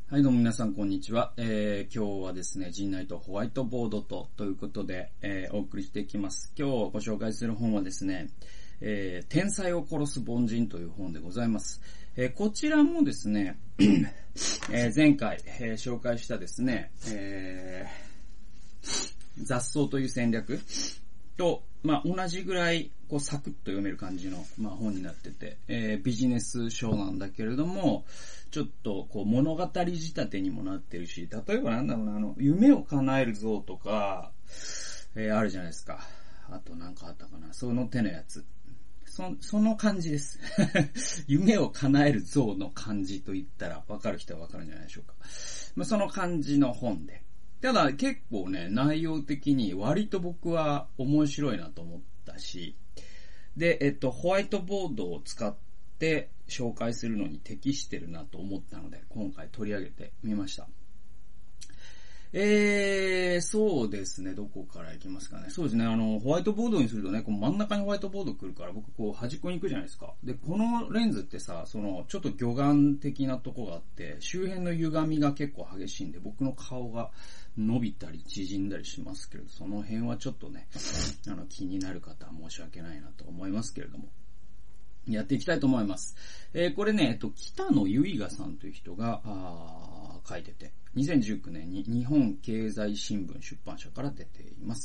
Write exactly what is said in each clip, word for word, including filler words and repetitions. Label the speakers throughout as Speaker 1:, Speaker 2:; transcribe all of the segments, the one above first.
Speaker 1: はい、どうも皆さんこんにちは。えー、今日はですね、陣内とホワイトボードとということで、えー、お送りしていきます。今日ご紹介する本はですね、えー、天才を殺す凡人という本でございます。えー、こちらもですね、えー、前回、えー、紹介したですね、えー、雑草という戦略と、まあ、同じぐらい、こう、サクッと読める感じの、まあ、本になってて、えー、ビジネス書なんだけれども、ちょっと、こう、物語仕立てにもなってるし、例えばなんだろうな、あの、夢を叶える像とか、えー、あるじゃないですか。あとなんかあったかな、その手のやつ。そ、その感じです。夢を叶える像の感じと言ったら、わかる人はわかるんじゃないでしょうか。まあ、その感じの本で。ただ結構ね、内容的に割と僕は面白いなと思ったし、で、えっと、ホワイトボードを使って紹介するのに適してるなと思ったので、今回取り上げてみました。えー、そうですね、どこから行きますかね。そうですね、あの、ホワイトボードにするとね、こう真ん中にホワイトボード来るから、僕こう端っこに行くじゃないですか。で、このレンズってさ、その、ちょっと魚眼的なとこがあって、周辺の歪みが結構激しいんで、僕の顔が伸びたり縮んだりしますけれど、その辺はちょっとね、あの、気になる方は申し訳ないなと思いますけれども。やっていきたいと思います。えー、これね、えっと、北野由伊賀さんという人が、あ書いてて、にせんじゅうきゅうねんに日本経済新聞出版社から出ています。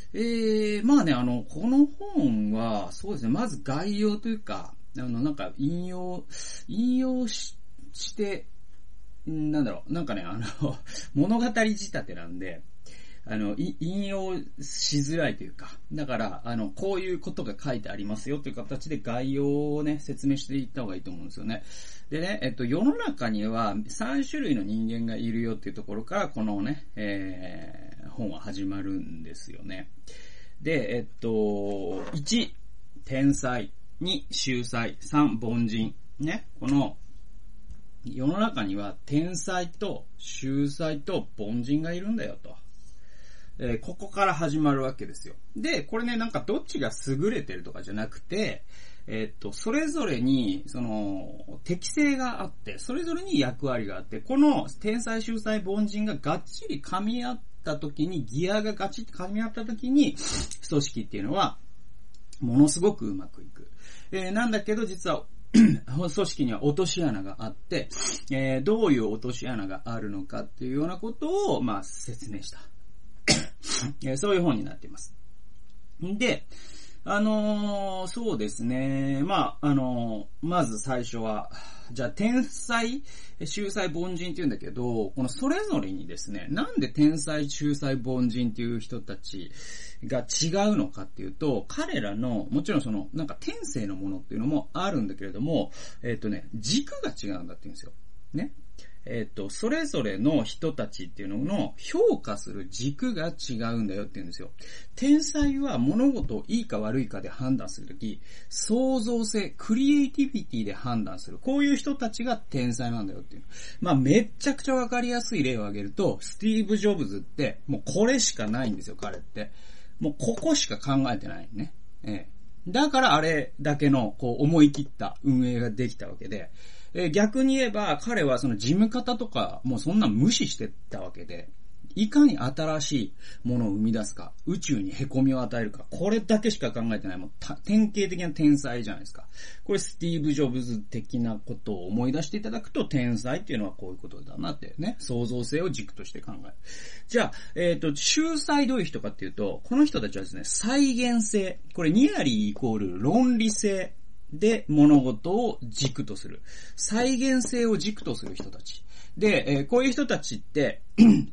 Speaker 1: えー、まあね、あの、この本は、そうですね、まず概要というか、あの、なんか引用、引用し、して、なんだろう、なんかね、あの、物語仕立てなんで、あの、引用しづらいというか、だから、あの、こういうことが書いてありますよという形で概要をね、説明していった方がいいと思うんですよね。でね、えっと、世の中にはさん種類の人間がいるよっていうところから、このね、えー、本は始まるんですよね。で、えっと、いち、天才、に、秀才、さん、凡人。ね、この、世の中には天才と秀才と凡人がいるんだよと。えー、ここから始まるわけですよ。で、これね、なんかどっちが優れてるとかじゃなくて、えー、っと、それぞれに、その、適性があって、それぞれに役割があって、この天才、秀才、凡人ががっちり噛み合った時に、ギアがガチッと噛み合った時に、組織っていうのは、ものすごくうまくいく。えー、なんだけど、実は、組織には落とし穴があって、えー、どういう落とし穴があるのかっていうようなことを、まあ、説明した。そういう本になっています。で、あのー、そうですね。まあ、あのー、まず最初は、じゃあ天才、秀才、凡人って言うんだけど、このそれぞれにですね、なんで天才、秀才、凡人っていう人たちが違うのかっていうと、彼らの、もちろんその、なんか天性のものっていうのもあるんだけれども、えっとね、軸が違うんだって言うんですよ。ね。えっと、それぞれの人たちっていうのの評価する軸が違うんだよって言うんですよ。天才は物事をいいか悪いかで判断するとき、創造性、クリエイティビティで判断する。こういう人たちが天才なんだよっていう。まあ、めっちゃくちゃわかりやすい例を挙げると、スティーブ・ジョブズって、もうこれしかないんですよ、彼って。もうここしか考えてないね。ええ。だからあれだけの、こう、思い切った運営ができたわけで、えー、逆に言えば彼はその事務方とかもうそんな無視してたわけで、いかに新しいものを生み出すか、宇宙に凹みを与えるか、これだけしか考えてない、もう典型的な天才じゃないですか。これスティーブ・ジョブズ的なことを思い出していただくと、天才っていうのはこういうことだなってね、創造性を軸として考える。じゃあ、えっと、秀才どういう人かっていうと、この人たちはですね、再現性、これニアリーイコール論理性で物事を軸とする。再現性を軸とする人たち。で、えー、こういう人たちって、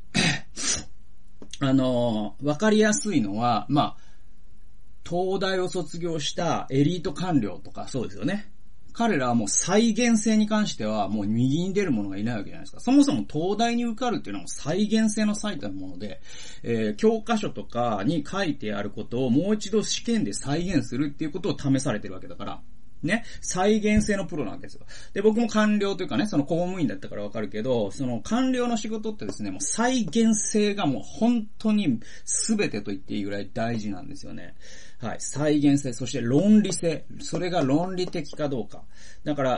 Speaker 1: あのー、わかりやすいのは、まあ、東大を卒業したエリート官僚とかそうですよね。彼らはもう再現性に関してはもう右に出る者がいないわけじゃないですか。そもそも東大に受かるっていうのはもう再現性の最たるもので、えー、教科書とかに書いてあることをもう一度試験で再現するっていうことを試されてるわけだから。 ね、再現性のプロなわけですよ。で、僕も官僚というかね、その公務員だったからわかるけど、その官僚の仕事ってですね、もう再現性がもう本当に全てと言っていいぐらい大事なんですよね。はい。再現性、そして論理性。それが論理的かどうか。だから、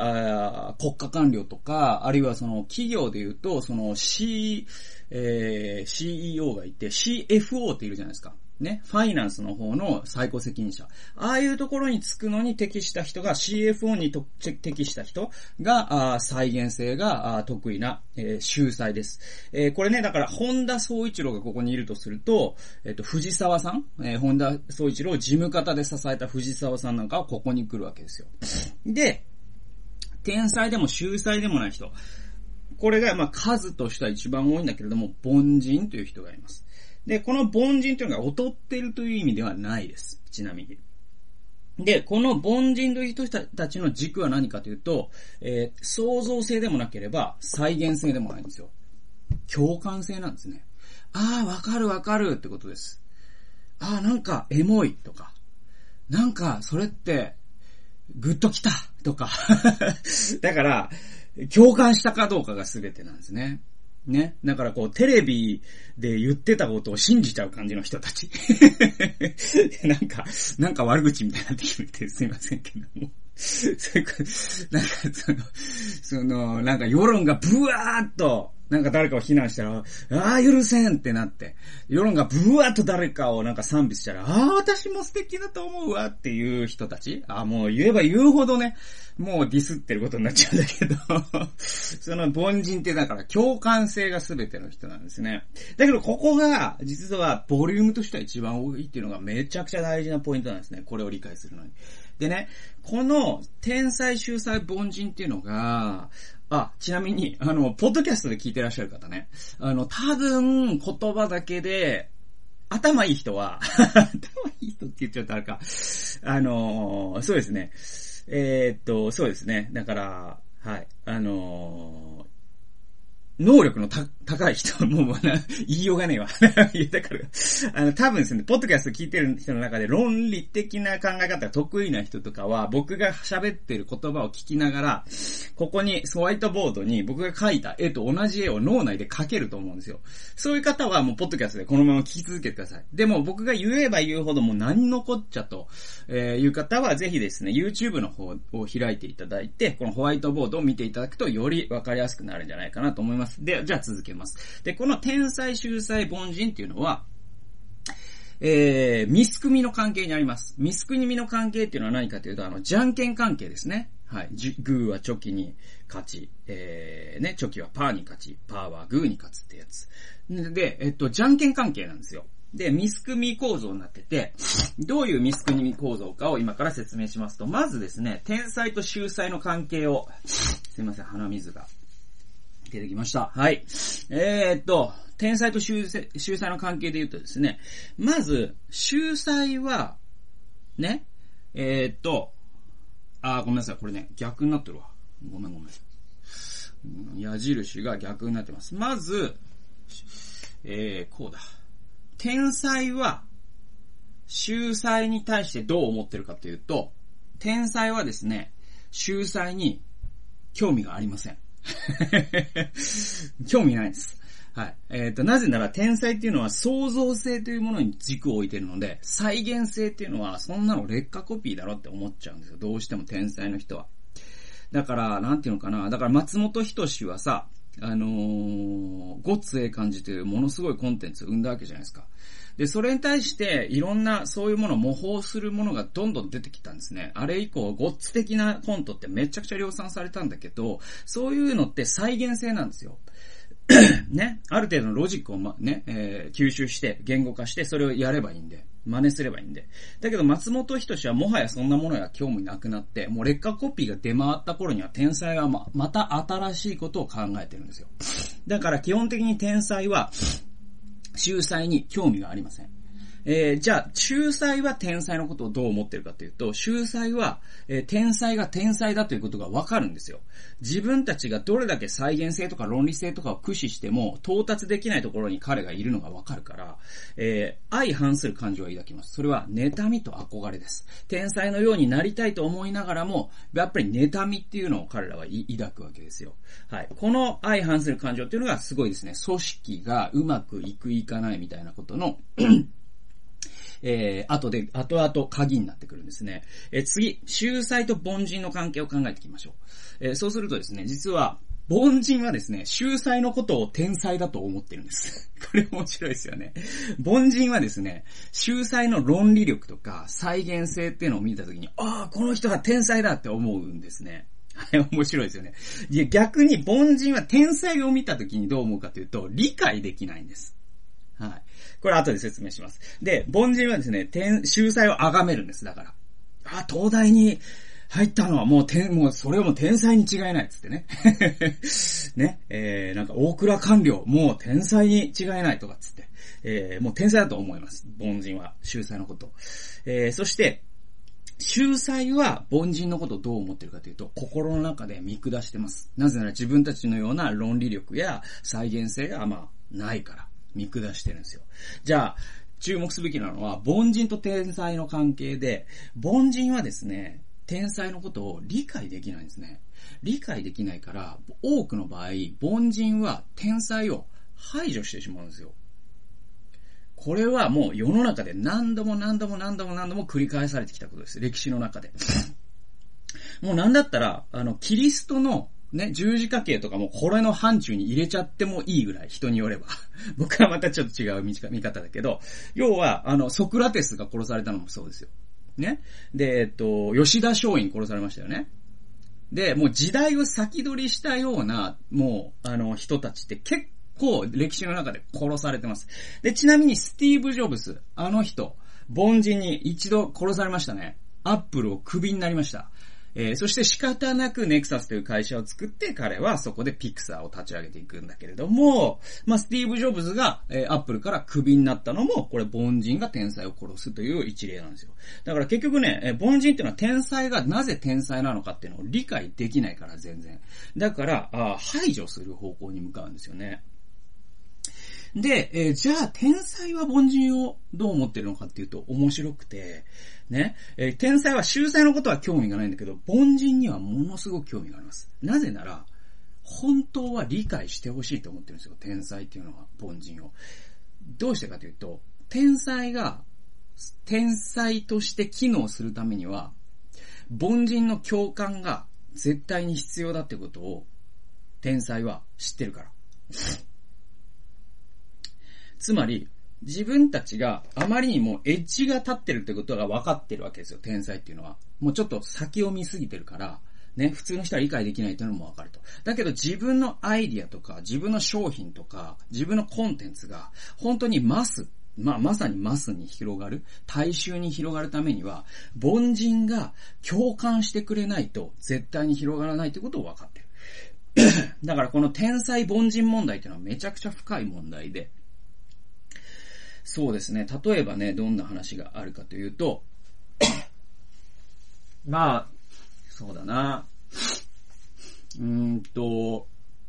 Speaker 1: 国家官僚とか、あるいはその企業で言うと、その C、えー、シーイーオー がいて、シーエフオー っているじゃないですか。ね、ファイナンスの方の最高責任者。ああいうところにつくのに適した人が シーエフオー にと適した人が、あ再現性があ得意な、えー、秀才です。えー、これね、だから、本田宗一郎がここにいるとすると、えっと、藤沢さん、えー、本田宗一郎を事務方で支えた藤沢さんなんかはここに来るわけですよ。で、天才でも秀才でもない人。これが、まあ、数としては一番多いんだけれども、凡人という人がいます。で、この凡人というのが劣っているという意味ではないです。ちなみに。で、この凡人という人たちの軸は何かというと、えー、創造性でもなければ再現性でもないんですよ。共感性なんですね。ああ、わかるわかるってことです。ああ、なんかエモいとか、なんかそれってグッときたとか。だから、共感したかどうかが全てなんですね。ね。だからこう、テレビで言ってたことを信じちゃう感じの人たち。なんか、なんか悪口みたいになってきてすいませんけども。それか、なんかその、その、なんか世論がブワーっと、なんか誰かを非難したら、ああ、許せんってなって、世論がブワーっと誰かをなんか賛美したら、ああ、私も素敵だと思うわっていう人たち。ああ、もう言えば言うほどね、もうディスってることになっちゃうんだけど、その凡人ってだから共感性が全ての人なんですね。だけどここが、実はボリュームとしては一番多いっていうのがめちゃくちゃ大事なポイントなんですね。これを理解するのに。でね、この天才秀才凡人っていうのが、あ、ちなみに、あの、ポッドキャストで聞いてらっしゃる方ね。あの、多分、言葉だけで、頭いい人は、頭いい人って言っちゃったらか。あの、そうですね。えー、っと、そうですね。だから、はい。あの、能力のた高い人、もう、もうな、言いようがねえわ。いや、だから、あの、多分ですね、ポッドキャスト聞いてる人の中で論理的な考え方が得意な人とかは、僕が喋ってる言葉を聞きながら、ここに、ホワイトボードに僕が描いた絵と同じ絵を脳内で描けると思うんですよ。そういう方はもう、ポッドキャストでこのまま聞き続けてください。でも、僕が言えば言うほどもう何のこっちゃと、えー、いう方は、ぜひですね、YouTube の方を開いていただいて、このホワイトボードを見ていただくと、よりわかりやすくなるんじゃないかなと思います。で、じゃあ続けます。で、この天才秀才凡人っていうのは、えー、ミス組の関係にあります。ミス組の関係っていうのは何かというと、あの、じゃんけん関係ですね。はい。グーはチョキに勝ち、えー、ね、チョキはパーに勝ち、パーはグーに勝つってやつ。で、えっと、じゃんけん関係なんですよ。で、ミス組構造になってて、どういうミス組構造かを今から説明しますと、まずですね、天才と秀才の関係を、すいません、鼻水が出てきました。はい。えー、っと、天才と秀才、秀才の関係で言うとですね、まず、秀才は、ね、えー、っと、あー、ごめんなさい、これね、逆になってるわ。ごめんごめん。矢印が逆になってます。まず、えー、こうだ。天才は、秀才に対してどう思ってるかというと、天才はですね、秀才に興味がありません。興味ないです。はい。えっと、なぜなら天才っていうのは創造性というものに軸を置いているので、再現性っていうのはそんなの劣化コピーだろって思っちゃうんですよ。どうしても天才の人は。だから、なんていうのかな。だから松本人志はさ、あのー、ごっつええ感じというものすごいコンテンツを生んだわけじゃないですか。で、それに対していろんなそういうものを模倣するものがどんどん出てきたんですね。あれ以降、ごっつ的なコントってめちゃくちゃ量産されたんだけど、そういうのって再現性なんですよ。ね。ある程度のロジックを、ま、ね、えー、吸収して、言語化して、それをやればいいんで。真似すればいいんで。だけど松本人志はもはやそんなものが興味なくなって、もう劣化コピーが出回った頃には天才はま、また新しいことを考えてるんですよ。だから基本的に天才は、秀才に興味がありません。 えー、じゃあ、秀才は天才のことをどう思ってるかというと、秀才は、えー、天才が天才だということがわかるんですよ。自分たちがどれだけ再現性とか論理性とかを駆使しても、到達できないところに彼がいるのがわかるから、えー、相反する感情を抱きます。それは、妬みと憧れです。天才のようになりたいと思いながらも、やっぱり妬みっていうのを彼らは抱くわけですよ。はい。この相反する感情っていうのがすごいですね。組織がうまくいくいかないみたいなことの、えー、後で、後々鍵になってくるんですね。えー、次、秀才と凡人の関係を考えていきましょう。えー、そうするとですね、実は、凡人はですね、秀才のことを天才だと思ってるんです。これ面白いですよね。凡人はですね、秀才の論理力とか再現性っていうのを見たときに、ああ、この人は天才だって思うんですね。面白いですよね。いや、逆に凡人は天才を見たときにどう思うかというと、理解できないんです。はい。これ後で説明します。で、凡人はですね、天、秀才を崇めるんです。だから。あ、東大に入ったのはもう天、もうそれはもう天才に違いないっつってね。ね、えー、なんか大蔵官僚、もう天才に違いないとかっつって。えー、もう天才だと思います。凡人は、秀才のこと。えー、そして、秀才は凡人のことをどう思ってるかというと、心の中で見下してます。なぜなら自分たちのような論理力や再現性がまあないから。見下してるんですよ。じゃあ、注目すべきなのは、凡人と天才の関係で、凡人はですね、天才のことを理解できないんですね。理解できないから、多くの場合、凡人は天才を排除してしまうんですよ。これはもう世の中で何度も何度も何度も何度も繰り返されてきたことです。歴史の中で。もうなんだったら、あの、キリストのね、十字架形とかもこれの範疇に入れちゃってもいいぐらい、人によれば。僕はまたちょっと違う見方だけど、要は、あの、ソクラテスが殺されたのもそうですよ。ね。で、えっと、吉田松陰殺されましたよね。で、もう時代を先取りしたような、もう、あの、人たちって結構歴史の中で殺されてます。で、ちなみにスティーブ・ジョブス、あの人、凡人に一度殺されましたね。アップルをクビになりました。えー、そして仕方なくネクサスという会社を作って彼はそこでピクサーを立ち上げていくんだけれども、まあ、スティーブ・ジョブズが、えー、アップルからクビになったのも、これ凡人が天才を殺すという一例なんですよ。だから結局ね、えー、凡人っていうのは天才がなぜ天才なのかっていうのを理解できないから全然。だから、あ排除する方向に向かうんですよね。で、えー、じゃあ天才は凡人をどう思ってるのかっていうと面白くて、ね、えー、天才は秀才のことは興味がないんだけど、凡人にはものすごく興味があります。なぜなら、本当は理解してほしいと思ってるんですよ、天才っていうのは、凡人を。どうしてかというと、天才が、天才として機能するためには、凡人の共感が絶対に必要だってことを、天才は知ってるから。つまり、自分たちがあまりにもエッジが立ってるってことが分かってるわけですよ、天才っていうのは。もうちょっと先を見すぎてるから、ね、普通の人は理解できないというのも分かると。だけど自分のアイディアとか、自分の商品とか、自分のコンテンツが本当にマス、まあまさにマスに広がる、大衆に広がるためには、凡人が共感してくれないと絶対に広がらないということを分かってる。だからこの天才凡人問題っていうのはめちゃくちゃ深い問題で、そうですね。例えばね、どんな話があるかというと、まあ、そうだな。うーんと、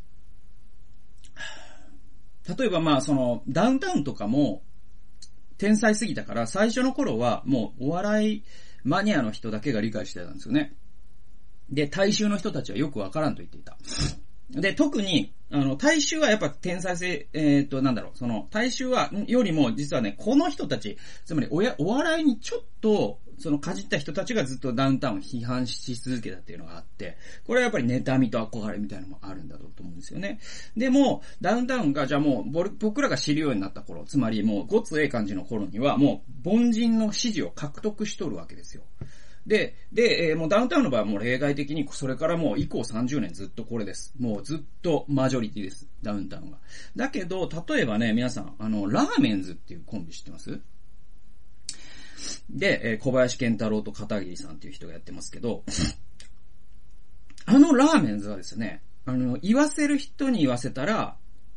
Speaker 1: 例えばまあ、その、ダウンタウンとかも、天才すぎたから、最初の頃はもうお笑いマニアの人だけが理解してたんですよね。で、大衆の人たちはよくわからんと言っていた。で、特に、あの、大衆はやっぱ天才性、えっと、なんだろう、その、大衆は、よりも、実はね、この人たち、つまり、おや、お笑いにちょっと、その、かじった人たちがずっとダウンタウンを批判し続けたっていうのがあって、これはやっぱり妬みと憧れみたいなのもあるんだろうと思うんですよね。でも、ダウンタウンが、じゃあもう、僕らが知るようになった頃、つまりもう、ごつええ感じの頃には、もう、凡人の支持を獲得しとるわけですよ。で、で、えー、もうダウンタウンの場合はもう例外的に、それからもう以降さんじゅうねんずっとこれです。もうずっとマジョリティです。ダウンタウンが。だけど、例えばね、皆さん、あの、ラーメンズっていうコンビ知ってます？で、えー、小林健太郎と片桐さんっていう人がやってますけど、あのラーメンズはですね、あの、言わせる人に言わせたら、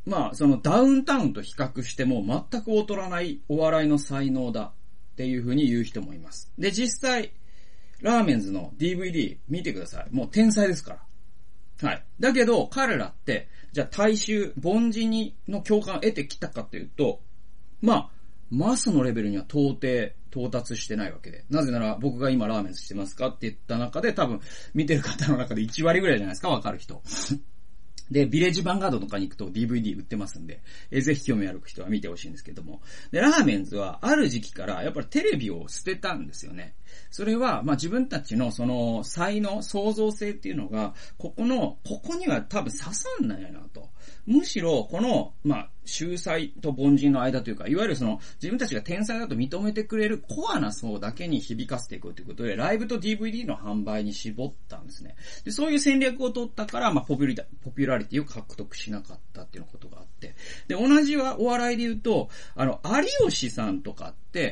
Speaker 1: まあ、そのダウンタウンと比較しても全く劣らないお笑いの才能だっていう風に言う人もいます。で、実際、ラーメンズの ディーブイディー 見てください。もう天才ですから。はい。だけど、彼らって、じゃあ大衆、凡人にの共感を得てきたかというと、まあ、マスのレベルには到底到達してないわけで。なぜなら僕が今ラーメンズしてますかって言った中で多分見てる方の中でいち割ぐらいじゃないですか、わかる人。で、ビレッジヴァンガードとかに行くと ディーブイディー 売ってますんで、えぜひ興味ある人は見てほしいんですけども。で、ラーメンズはある時期からやっぱりテレビを捨てたんですよね。それは、まあ自分たちのその才能、創造性っていうのが、ここの、ここには多分刺さんないなと。むしろ、この、まあ、秀才と凡人の間というか、いわゆるその、自分たちが天才だと認めてくれるコアな層だけに響かせていくということで、ライブと ディーブイディー の販売に絞ったんですね。で、そういう戦略を取ったから、まあ、ポピュリ、ポピュラリティを獲得しなかったっていうことがあって。で、同じはお笑いで言うと、あの、有吉さんとかって、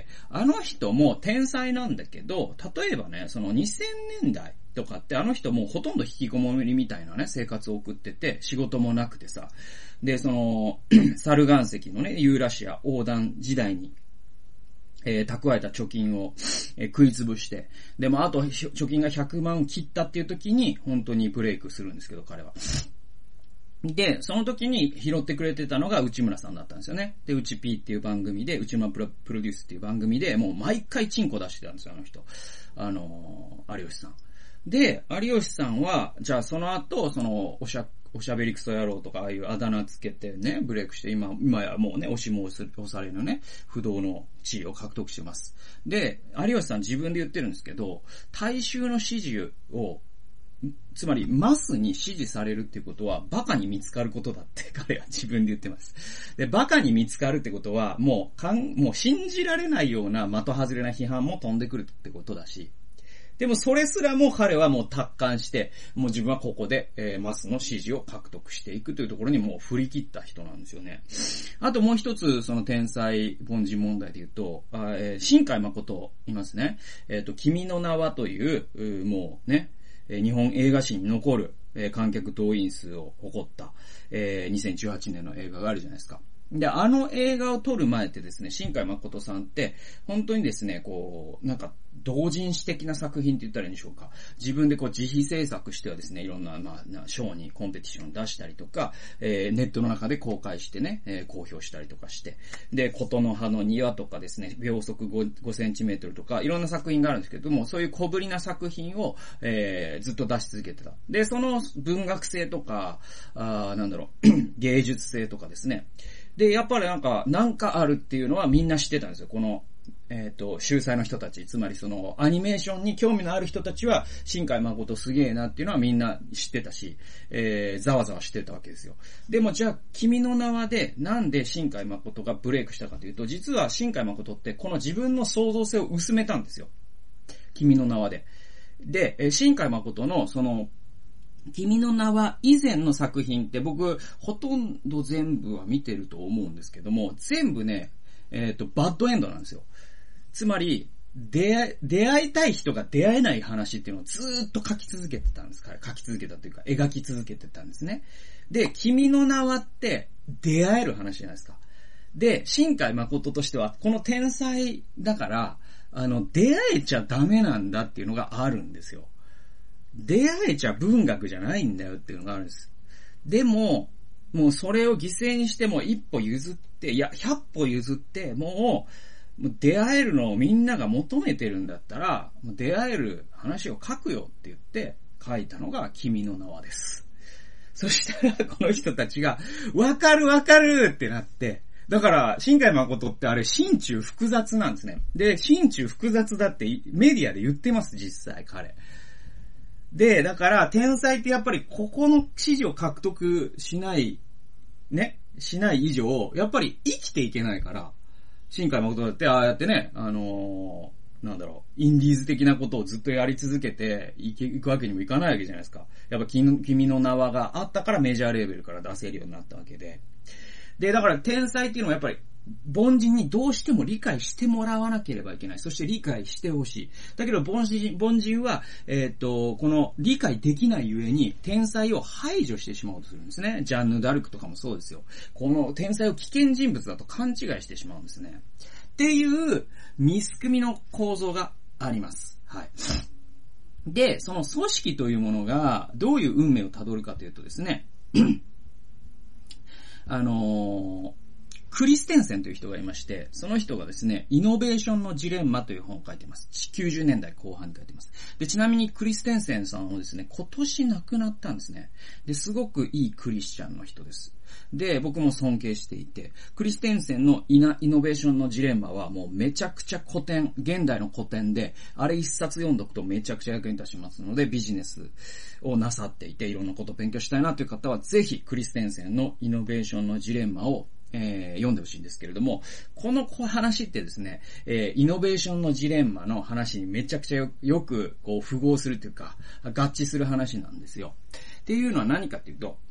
Speaker 1: あの人も天才なんだけど、例えばね、そのにせんねんだい、とかってあの人もうほとんど引きこもりみたいなね、生活を送ってて、仕事もなくてさ。で、その、サル岩石のね、ユーラシア横断時代に、えー、蓄えた貯金を、えー、食いつぶして、でもあと貯金がひゃくまん切ったっていう時に、本当にブレイクするんですけど、彼は。で、その時に拾ってくれてたのが内村さんだったんですよね。で、内 P っていう番組で、内村プロ、プロデュースっていう番組で、もう毎回チンコ出してたんですよ、あの人。あのー、有吉さん。で、有吉さんは、じゃあその後、その、おしゃ、おしゃべりクソ野郎とか、ああいうあだ名つけてね、ブレイクして、今、今やもうね、押しも押されるね、不動の地位を獲得してます。で、有吉さん自分で言ってるんですけど、大衆の支持を、つまり、マスに支持されるっていうことは、バカに見つかることだって彼は自分で言ってます。で、バカに見つかるってことは、もう、かん、もう信じられないような的外れな批判も飛んでくるってことだし、でもそれすらも彼はもう達観して、もう自分はここで、えー、マスの支持を獲得していくというところにもう振り切った人なんですよね。あともう一つ、その天才凡人問題で言うと、あえー、新海誠いますね。えっと、君の名はという、うもうね、日本映画史に残る、えー、観客動員数を誇った、えー、にせんじゅうはちねんの映画があるじゃないですか。で、あの映画を撮る前ってですね、新海誠さんって、本当にですね、こう、なんか、同人誌的な作品って言ったらいいんでしょうか。自分でこう自費制作してはですね、いろんな、まあ、賞にコンペティション出したりとか、えー、ネットの中で公開してね、えー、公表したりとかして、で、琴の葉の庭とかですね、秒速 5, 5センチメートルとか、いろんな作品があるんですけども、そういう小ぶりな作品を、えー、ずっと出し続けてた。で、その文学性とか、あなんだろう、芸術性とかですね、で、やっぱりなんか、なんかあるっていうのはみんな知ってたんですよ。この、えっと、秀才の人たち。つまりその、アニメーションに興味のある人たちは、新海誠すげえなっていうのはみんな知ってたし、えー、ざわざわしてたわけですよ。でもじゃあ、君の名はで、なんで新海誠がブレイクしたかというと、実は新海誠ってこの自分の創造性を薄めたんですよ。君の名はで。で、新海誠のその、君の名は以前の作品って僕ほとんど全部は見てると思うんですけども、全部ね、えっと、バッドエンドなんですよ。つまり、出会い、出会いたい人が出会えない話っていうのをずーっと書き続けてたんですから、書き続けたというか、描き続けてたんですね。で、君の名はって出会える話じゃないですか。で、新海誠としては、この天才だから、あの、出会えちゃダメなんだっていうのがあるんですよ。出会えちゃ文学じゃないんだよっていうのがあるんです。でも、もうそれを犠牲にしても一歩譲って、いや、百歩譲って、もう、もう出会えるのをみんなが求めてるんだったら、もう出会える話を書くよって言って書いたのが君の名はです。そしたらこの人たちが、わかるわかるってなって、だから、新海誠ってあれ、心中複雑なんですね。で、心中複雑だってメディアで言ってます、実際彼。で、だから、天才ってやっぱりここの支持を獲得しない、ね、しない以上、やっぱり生きていけないから、新海誠だってああやってね、あのー、なんだろう、インディーズ的なことをずっとやり続けていくわけにもいかないわけじゃないですか。やっぱ君の名はがあったからメジャーレーベルから出せるようになったわけで。で、だから天才っていうのはやっぱり凡人にどうしても理解してもらわなければいけない。そして理解してほしい。だけど凡人、凡人は、えっと、この理解できないゆえに天才を排除してしまおうとするんですね。ジャンヌ・ダルクとかもそうですよ。この天才を危険人物だと勘違いしてしまうんですね。っていうミス組の構造があります。はい。で、その組織というものがどういう運命をたどるかというとですね、あのー、クリステンセンという人がいまして、その人がですね、イノベーションのジレンマという本を書いています。きゅうじゅうねんだいこう半に書いています。で、ちなみにクリステンセンさんはですね、今年亡くなったんですね。で、すごくいいクリスチャンの人です。で、僕も尊敬していて、クリステンセンのイナ、イノベーションのジレンマはもうめちゃくちゃ古典、現代の古典で、あれ一冊読んどくとめちゃくちゃ役に立ちますので、ビジネスをなさっていて、いろんなことを勉強したいなという方は、ぜひクリステンセンのイノベーションのジレンマをえー、読んでほしいんですけれども、この話ってですね、えー、イノベーションのジレンマの話にめちゃくちゃ よ, よくこう符合するというか、合致する話なんですよ。っていうのは何かっていうと、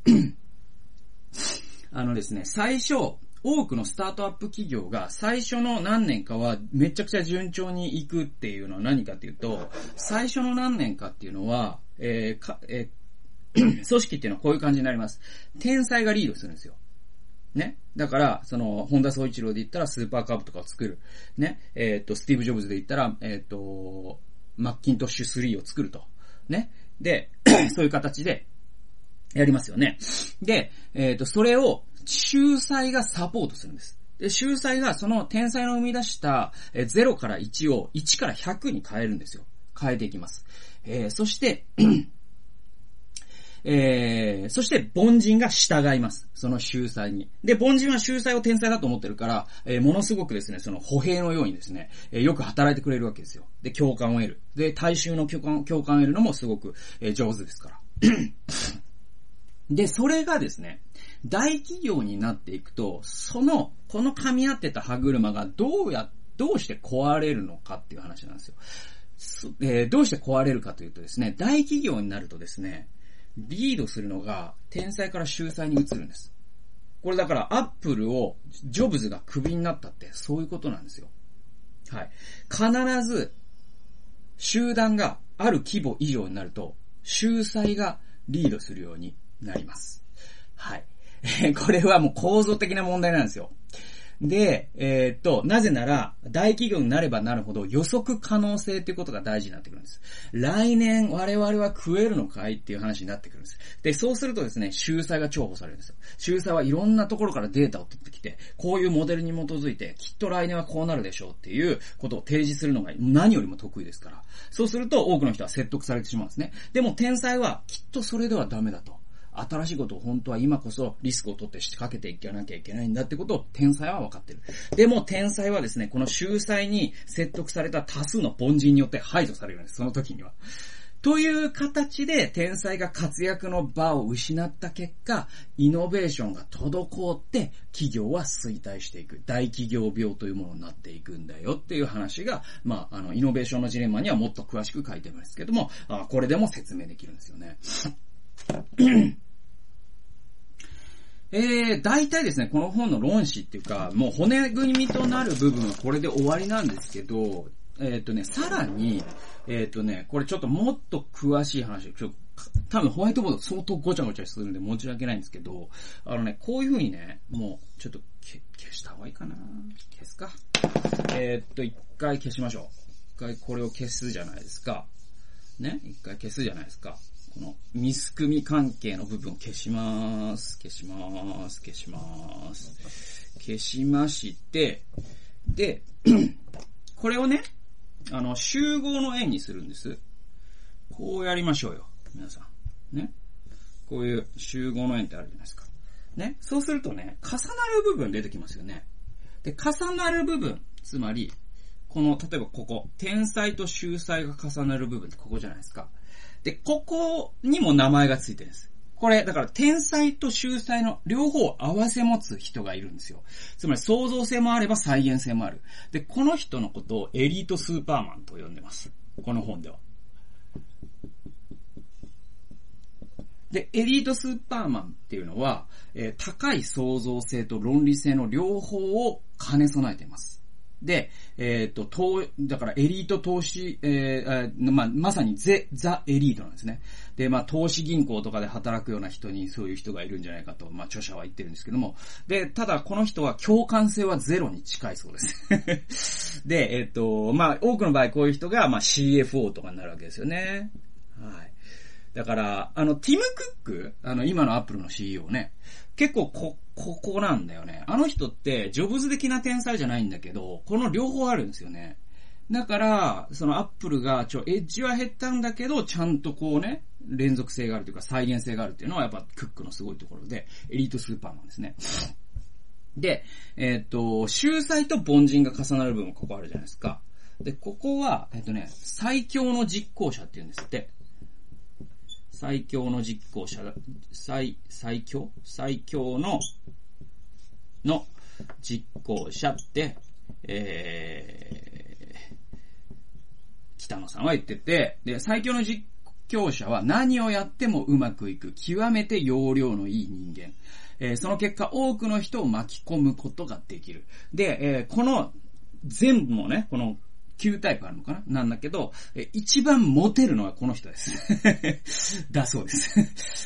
Speaker 1: あのですね、最初、多くのスタートアップ企業が最初の何年かはめちゃくちゃ順調にいくっていうのは何かっていうと、最初の何年かっていうのは、えーかえー、組織っていうのはこういう感じになります。天才がリードするんですよ。ね。だから、その、本田宗一郎で言ったらスーパーカブとかを作る。ね。えっと、スティーブ・ジョブズで言ったら、えっと、マッキントッシュスリーを作ると。ね。で、そういう形でやりますよね。で、えっと、それを、秀才がサポートするんです。で、秀才がその天才の生み出したゼロからいちをいちからひゃくに変えるんですよ。変えていきます。えー、そして、えー、そして凡人が従います。その秀才に。で、凡人は秀才を天才だと思ってるから、えー、ものすごくですね、その歩兵のようにですね、えー、よく働いてくれるわけですよ。で、共感を得る。で、大衆の共感、共感を得るのもすごく、えー、上手ですから。で、それがですね、大企業になっていくと、その、この噛み合ってた歯車がどうや、どうして壊れるのかっていう話なんですよ。えー、どうして壊れるかというとですね、大企業になるとですね、リードするのが天才から秀才に移るんです。これだからアップルをジョブズがクビになったってそういうことなんですよ。はい。必ず集団がある規模以上になると秀才がリードするようになります。はい。これはもう構造的な問題なんですよ。で、えー、っと、なぜなら、大企業になればなるほど予測可能性ということが大事になってくるんです。来年我々は食えるのかいっていう話になってくるんです。で、そうするとですね、秀才が重宝されるんですよ。秀才はいろんなところからデータを取ってきて、こういうモデルに基づいて、きっと来年はこうなるでしょうっていうことを提示するのが何よりも得意ですから。そうすると多くの人は説得されてしまうんですね。でも天才はきっとそれではダメだと。新しいことを本当は今こそリスクを取って仕掛けていかなきゃいけないんだってことを天才は分かってる。でも天才はですね、この秀才に説得された多数の凡人によって排除されるんです、その時には。という形で天才が活躍の場を失った結果、イノベーションが滞って企業は衰退していく。大企業病というものになっていくんだよっていう話が、まあ、あの、イノベーションのジレンマにはもっと詳しく書いてますけども、あこれでも説明できるんですよね。えー、大体ですね、この本の論旨っていうか、もう骨組みとなる部分はこれで終わりなんですけど、えっとね、さらに、えっとね、これちょっともっと詳しい話、ちょっと多分ホワイトボード相当ごちゃごちゃするんで申し訳ないんですけど、あのね、こういう風にね、もうちょっと消した方がいいかな。消すか。えー、っと、一回消しましょう。一回これを消すじゃないですか。ね、一回消すじゃないですか。このミス組み関係の部分を消します。消します。消します。消しまして、で、これをね、あの、集合の円にするんです。こうやりましょうよ。皆さん。ね。こういう集合の円ってあるじゃないですか。ね。そうするとね、重なる部分出てきますよね。で、重なる部分、つまり、この、例えばここ、天才と秀才が重なる部分ってここじゃないですか。で、ここにも名前がついてるんです。これ、だから天才と秀才の両方を合わせ持つ人がいるんですよ。つまり創造性もあれば再現性もある。で、この人のことをエリートスーパーマンと呼んでます。この本では。 で、エリートスーパーマンっていうのは、えー、高い創造性と論理性の両方を兼ね備えています。で、えっ、ー、と、投、だからエリート投資、えーまあ、まさにゼ、ザ・エリートなんですね。で、まあ、投資銀行とかで働くような人にそういう人がいるんじゃないかと、まあ、著者は言ってるんですけども。で、ただこの人は共感性はゼロに近いそうです。で、えっ、ー、と、まあ、多くの場合こういう人が、まあ、シーエフオー とかになるわけですよね。はい。だから、あの、ティム・クック、あの、今のアップルの シーイーオー ね、結構こ、ここなんだよね。あの人って、ジョブズ的な天才じゃないんだけど、この両方あるんですよね。だから、そのアップルが、ちょ、エッジは減ったんだけど、ちゃんとこうね、連続性があるというか、再現性があるっていうのは、やっぱ、クックのすごいところで、エリートスーパーなんですね。で、えっと、秀才と凡人が重なる部分、ここあるじゃないですか。で、ここは、えっとね、最強の実行者っていうんですって。最強の実行者が、最、最強最強の、の実行者って、えー、北野さんは言ってて、で、最強の実行者は何をやってもうまくいく、極めて要領のいい人間。えー、その結果多くの人を巻き込むことができる。で、えー、この全部もね、このきゅうタイプあるのかななんだけど、え一番モテるのはこの人です。だそうです。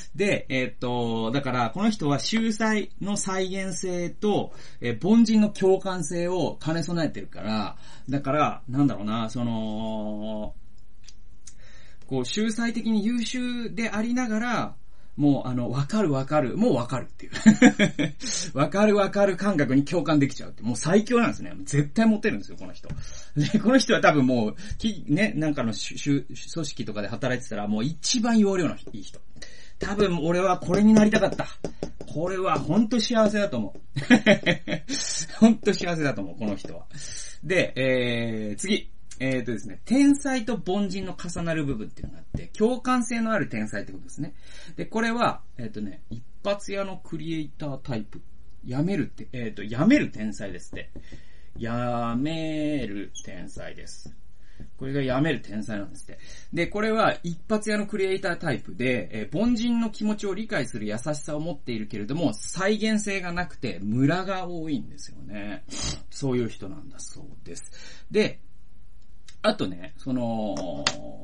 Speaker 1: で、えー、っと、だからこの人は秀才の再現性と、えー、凡人の共感性を兼ね備えてるから、だから、なんだろうな、その、こう、秀才的に優秀でありながら、もうあの、わかるわかる、もうわかるっていう。わかるわかる感覚に共感できちゃうって。もう最強なんですね。絶対モテるんですよ、この人。で、この人は多分もう、きね、なんかの組織とかで働いてたらもう一番要領のいい人。多分俺はこれになりたかった。これは本当幸せだと思う。本当幸せだと思う、この人は。で、えー、次。えーとですね、天才と凡人の重なる部分っていうのがあって、共感性のある天才ってことですね。で、これは、えーとね、一発屋のクリエイタータイプ。やめるって、えーと、やめる天才ですって。やめる天才です。これがやめる天才なんですって。で、これは一発屋のクリエイタータイプで、えー、凡人の気持ちを理解する優しさを持っているけれども、再現性がなくて、ムラが多いんですよね。そういう人なんだそうです。で、あとね、その、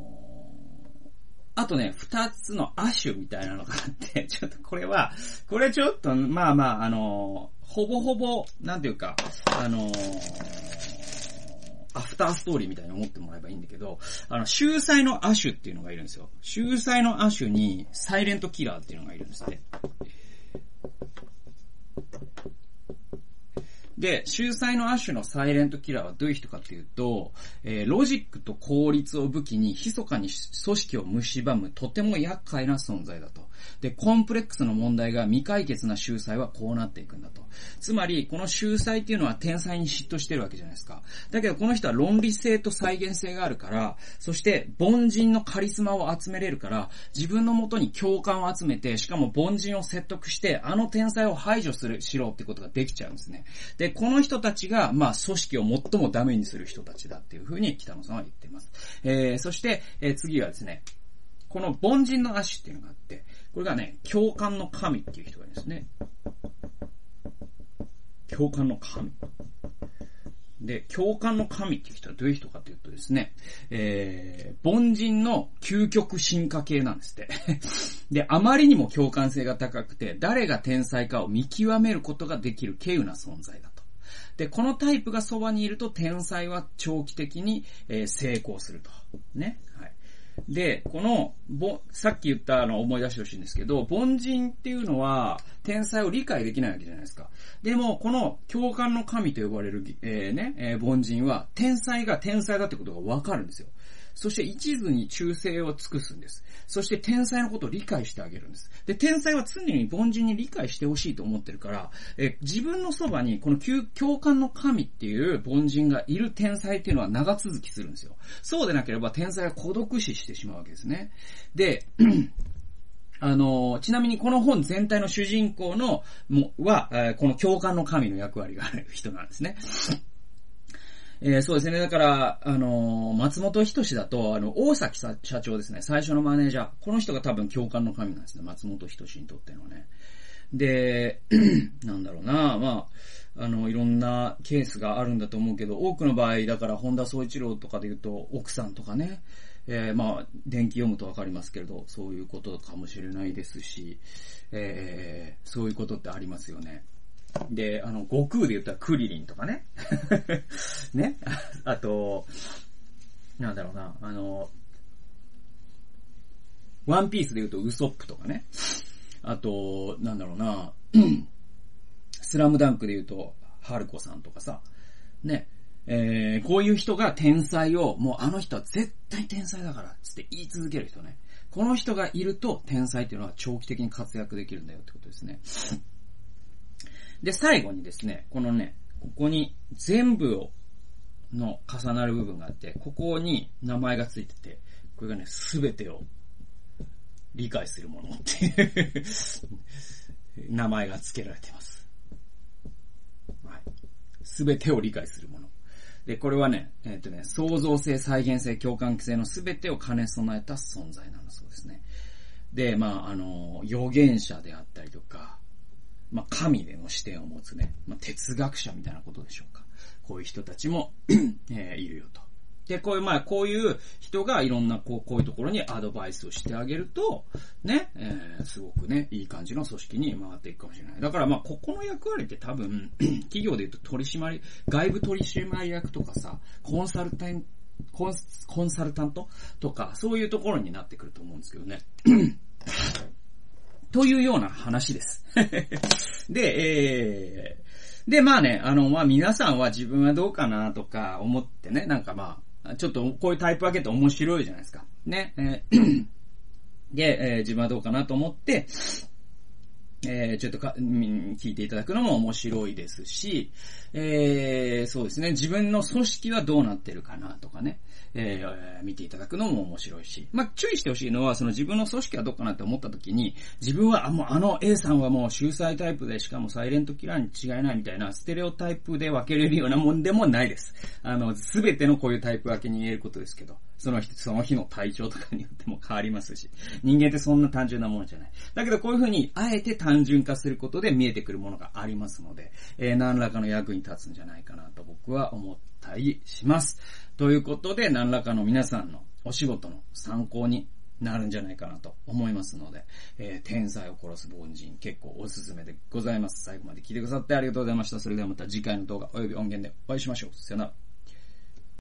Speaker 1: あとね、二つの亜種みたいなのがあって、ちょっとこれは、これちょっと、まあまあ、あの、ほぼほぼ、なんていうか、あの、アフターストーリーみたいに思ってもらえばいいんだけど、あの、秀才の亜種っていうのがいるんですよ。秀才の亜種に、サイレントキラーっていうのがいるんですね。で、秀才の亜種のサイレントキラーはどういう人かっていうと、えー、ロジックと効率を武器に密かに組織を蝕むとても厄介な存在だと。で、コンプレックスの問題が未解決な秀才はこうなっていくんだと。つまり、この秀才っていうのは天才に嫉妬してるわけじゃないですか。だけどこの人は論理性と再現性があるから、そして凡人のカリスマを集めれるから、自分のもとに共感を集めて、しかも凡人を説得して、あの天才を排除する、しろってことができちゃうんですね。で、この人たちが、まあ、組織を最もダメにする人たちだっていうふうに北野さんは言っています。えー、そして、えー、次はですね、この凡人の亜種っていうのがあって、これがね、共感の神っていう人がいるんですね。共感の神。で、共感の神っていう人はどういう人かというとですね、えー、凡人の究極進化系なんですって。で、あまりにも共感性が高くて、誰が天才かを見極めることができる稀有な存在だと。で、このタイプがそばにいると、天才は長期的に、えー、成功すると。ね。はい。で、この、ぼ、さっき言ったのを思い出してほしいんですけど、凡人っていうのは、天才を理解できないわけじゃないですか。でも、この共感の神と呼ばれる、えー、ね、えー、凡人は、天才が天才だってことがわかるんですよ。そして一途に忠誠を尽くすんです。そして天才のことを理解してあげるんです。で、天才は常に凡人に理解してほしいと思ってるから、え自分のそばにこの共感の神っていう凡人がいる天才っていうのは長続きするんですよ。そうでなければ天才は孤独死してしまうわけですね。で、あの、ちなみにこの本全体の主人公の、も、は、この共感の神の役割がある人なんですね。 えー、そうですね。だから、あのー、松本人志だと、あの、大崎社長ですね。最初のマネージャー。この人が多分共感の神なんですね。松本人志にとってのね。で、なんだろうな、まあ、あの、いろんなケースがあるんだと思うけど、多くの場合、だから、本田宗一郎とかで言うと、奥さんとかね、えー、まあ、電気読むとわかりますけれど、そういうことかもしれないですし、えー、そういうことってありますよね。で、あの、悟空で言ったらクリリンとかね。ね。あと、なんだろうな、あの、ワンピースで言うとウソップとかね。あと、なんだろうな、スラムダンクで言うと、ハルコさんとかさ、ね。えー、こういう人が天才を、もうあの人は絶対天才だからつって言い続ける人ね。この人がいると天才っていうのは長期的に活躍できるんだよってことですね。で、最後にですね、このね、ここに全部を、の重なる部分があって、ここに名前がついてて、これがね、すべてを理解するものっていう名前が付けられています。はい。すべてを理解するもの。で、これはね、えっとね、創造性、再現性、共感性のすべてを兼ね備えた存在なんだそうですね。で、まあ、あの、預言者であったりとか、まあ、神での視点を持つね、まあ、哲学者みたいなことでしょうか。こういう人たちも、えー、いるよと。で、こういう、まあ、こういう人がいろんな、こう、こういうところにアドバイスをしてあげると、ね、えー、すごくね、いい感じの組織に回っていくかもしれない。だから、まあ、ここの役割って多分、企業で言うと取締り、外部取締役とかさ、コンサルタン、コン、コンサルタントとか、そういうところになってくると思うんですけどね。というような話です。で、えー、で、まあね、あの、まあ皆さんは自分はどうかなとか思ってね、なんかまあ、ちょっとこういうタイプ分けって面白いじゃないですか。ね。えー、で、えー、自分はどうかなと思って、えー、ちょっとか、聞いていただくのも面白いですし、えー、そうですね、自分の組織はどうなってるかなとかね、えー、見ていただくのも面白いし、まあ、注意してほしいのは、その自分の組織はどうかなって思った時に、自分は、あ、もうあの A さんはもう秀才タイプで、しかもサイレントキラーに違いないみたいな、ステレオタイプで分けれるようなもんでもないです。あの、すべてのこういうタイプ分けに言えることですけど、その日、その日の体調とかによっても変わりますし、人間ってそんな単純なものじゃない。だけどこういうふうに、あえて単純化することで見えてくるものがありますので、えー、何らかの役に立つんじゃないかなと僕は思ったりします。ということで、何らかの皆さんのお仕事の参考になるんじゃないかなと思いますので、えー、天才を殺す凡人、結構おすすめでございます。最後まで聞いてくださってありがとうございました。それではまた次回の動画および音源でお会いしましょう。さよなら。